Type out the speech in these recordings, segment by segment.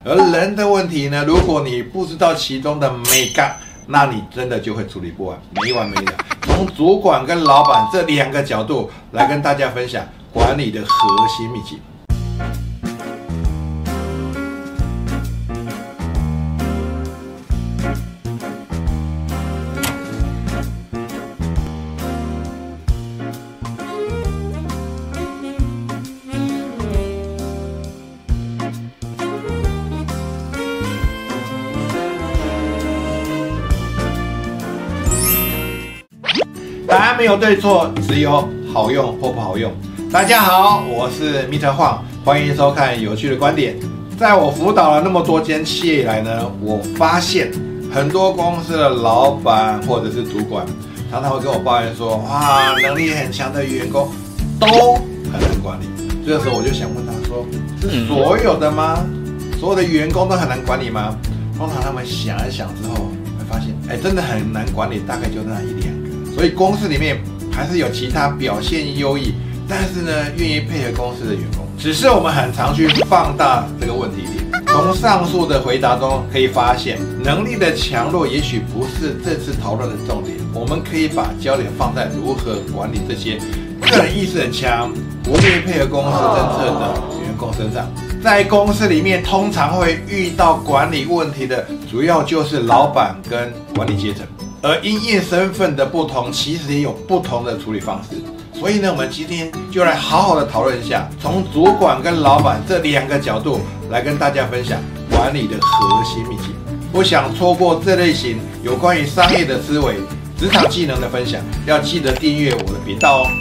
而人的问题呢，如果你不知道其中的美感，那你真的就会处理不完，没完没了。从主管跟老板这两个角度来跟大家分享管理的核心秘籍。答案没有对错，只有好用或不好用。大家好，我是 Mr. Huang， 欢迎收看有趣的观点。在我辅导了那么多间企业以来呢，我发现很多公司的老板或者是主管，常常会跟我抱怨说，哇，能力很强的员工都很难管理。这个时候我就想问他说，是所有的吗？所有的员工都很难管理吗？通常他们想一想之后，会发现，真的很难管理，大概就那一两个。所以公司里面还是有其他表现优异，但是呢愿意配合公司的员工，只是我们很常去放大这个问题点。从上述的回答中可以发现，能力的强弱也许不是这次讨论的重点，我们可以把焦点放在如何管理这些个人意识很强、不愿意配合公司政策的员工身上。在公司里面通常会遇到管理问题的，主要就是老板跟管理阶层。而因应身份的不同，其实也有不同的处理方式。所以呢，我们今天就来好好的讨论一下，从主管跟老板这两个角度来跟大家分享管理的核心秘籍。不想错过这类型有关于商业的思维、职场技能的分享，要记得订阅我的频道哦。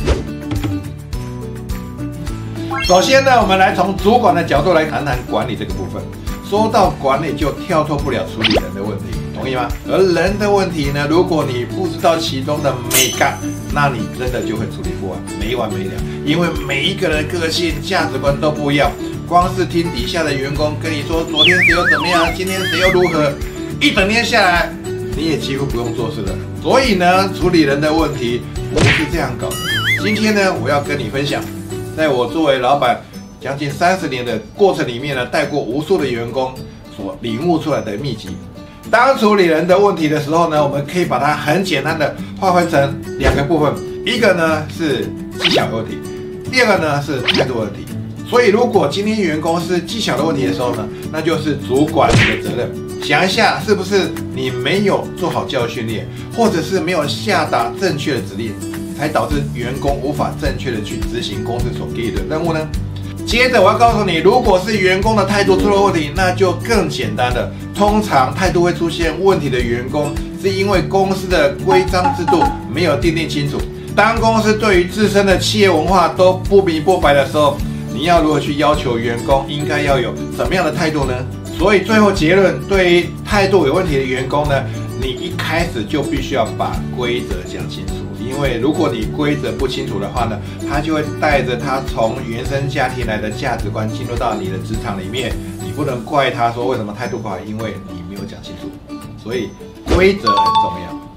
首先呢，我们来从主管的角度来谈谈管理这个部分。说到管理，就跳脱不了处理人的问题，同意吗？而人的问题呢，如果你不知道其中的美感，那你真的就会处理不完，没完没了。因为每一个人的个性、价值观都不一样，光是听底下的员工跟你说昨天谁又怎么样，今天谁又如何，一整天下来，你也几乎不用做事了。所以呢，处理人的问题不是这样搞的。今天呢，我要跟你分享，在我作为老板将近30年的过程里面呢，带过无数的员工所领悟出来的秘籍。当处理人的问题的时候呢，我们可以把它很简单的划分成两个部分，一个呢是技巧问题，第二个呢是态度问题。所以如果今天员工是技巧的问题的时候呢，那就是主管的责任。想一下，是不是你没有做好教育训练，或者是没有下达正确的指令，才导致员工无法正确的去执行公司所给予的任务呢？接着我要告诉你，如果是员工的态度出了问题，那就更简单了。通常态度会出现问题的员工，是因为公司的规章制度没有订定清楚。当公司对于自身的企业文化都不明不白的时候，你要如何去要求员工应该要有什么样的态度呢？所以最后结论，对于态度有问题的员工呢，你一开始就必须要把规则讲清楚。因为如果你规则不清楚的话呢，他就会带着他从原生家庭来的价值观进入到你的职场里面，你不能怪他说为什么态度不好，因为你没有讲清楚。所以规则很重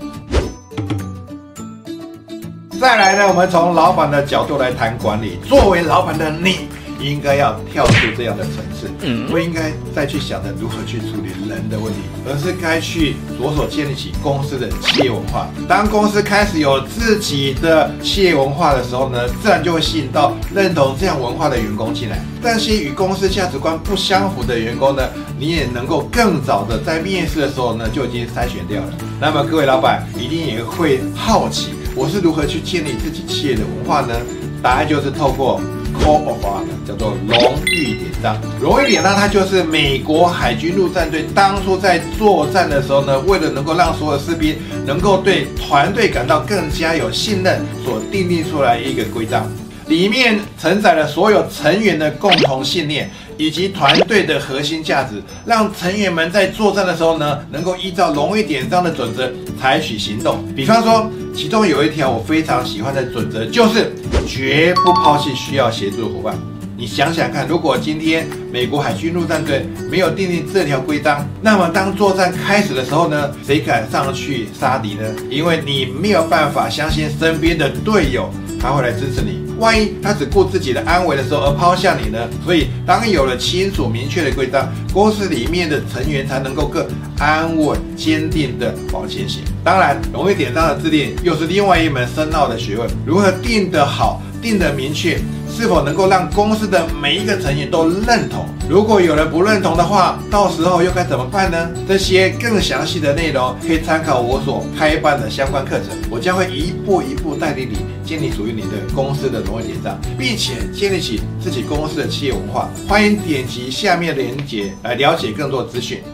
要。再来呢，我们从老板的角度来谈管理。作为老板的你，应该要跳出这样的层次，不应该再去想着如何去处理人的问题，而是该去着手建立起公司的企业文化。当公司开始有自己的企业文化的时候呢，自然就会吸引到认同这样文化的员工进来。但是与公司价值观不相符的员工呢，你也能够更早的在面试的时候呢就已经筛选掉了。那么各位老板一定也会好奇，我是如何去建立自己企业的文化呢？答案就是透过Code of Honor， 叫做荣誉典章。荣誉典章它就是美国海军陆战队当初在作战的时候呢，为了能够让所有士兵能够对团队感到更加有信任所订立出来一个规章，里面承载了所有成员的共同信念以及团队的核心价值，让成员们在作战的时候呢，能够依照荣誉典章的准则采取行动。比方说，其中有一条我非常喜欢的准则，就是绝不抛弃需要协助的伙伴。你想想看，如果今天美国海军陆战队没有订定这条规章，那么当作战开始的时候呢，谁敢上去杀敌呢？因为你没有办法相信身边的队友他会来支持你， 万一他只顾自己的安危的时候而抛下你呢？所以当有了清楚明确的规章，公司里面的成员才能够更安稳坚定的往前行。当然，容易典当的制定又是另外一门深奥的学问，如何定得好，定得明确，是否能够让公司的每一个成员都认同？如果有人不认同的话，到时候又该怎么办呢？这些更详细的内容可以参考我所开办的相关课程，我将会一步一步带领你建立属于你的公司的荣誉典章，并且建立起自己公司的企业文化。欢迎点击下面的链接来了解更多资讯。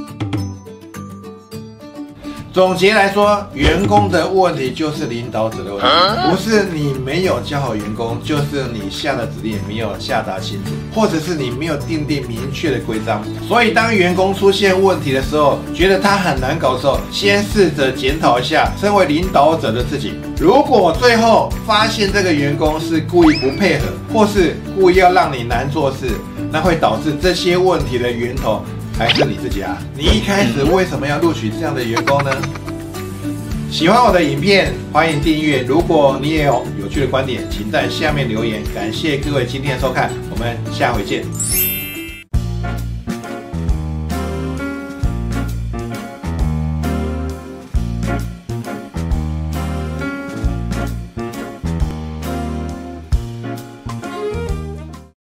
总结来说，员工的问题就是领导者的问题，不是你没有教好员工，就是你下的指令没有下达清楚，或者是你没有订定明确的规章。所以当员工出现问题的时候，觉得他很难搞的时候，先试着检讨一下身为领导者的自己。如果最后发现这个员工是故意不配合，或是故意要让你难做事，那会导致这些问题的源头还是你自己啊！你一开始为什么要录取这样的员工呢？喜欢我的影片，欢迎订阅。如果你也有有趣的观点，请在下面留言。感谢各位今天的收看，我们下回见。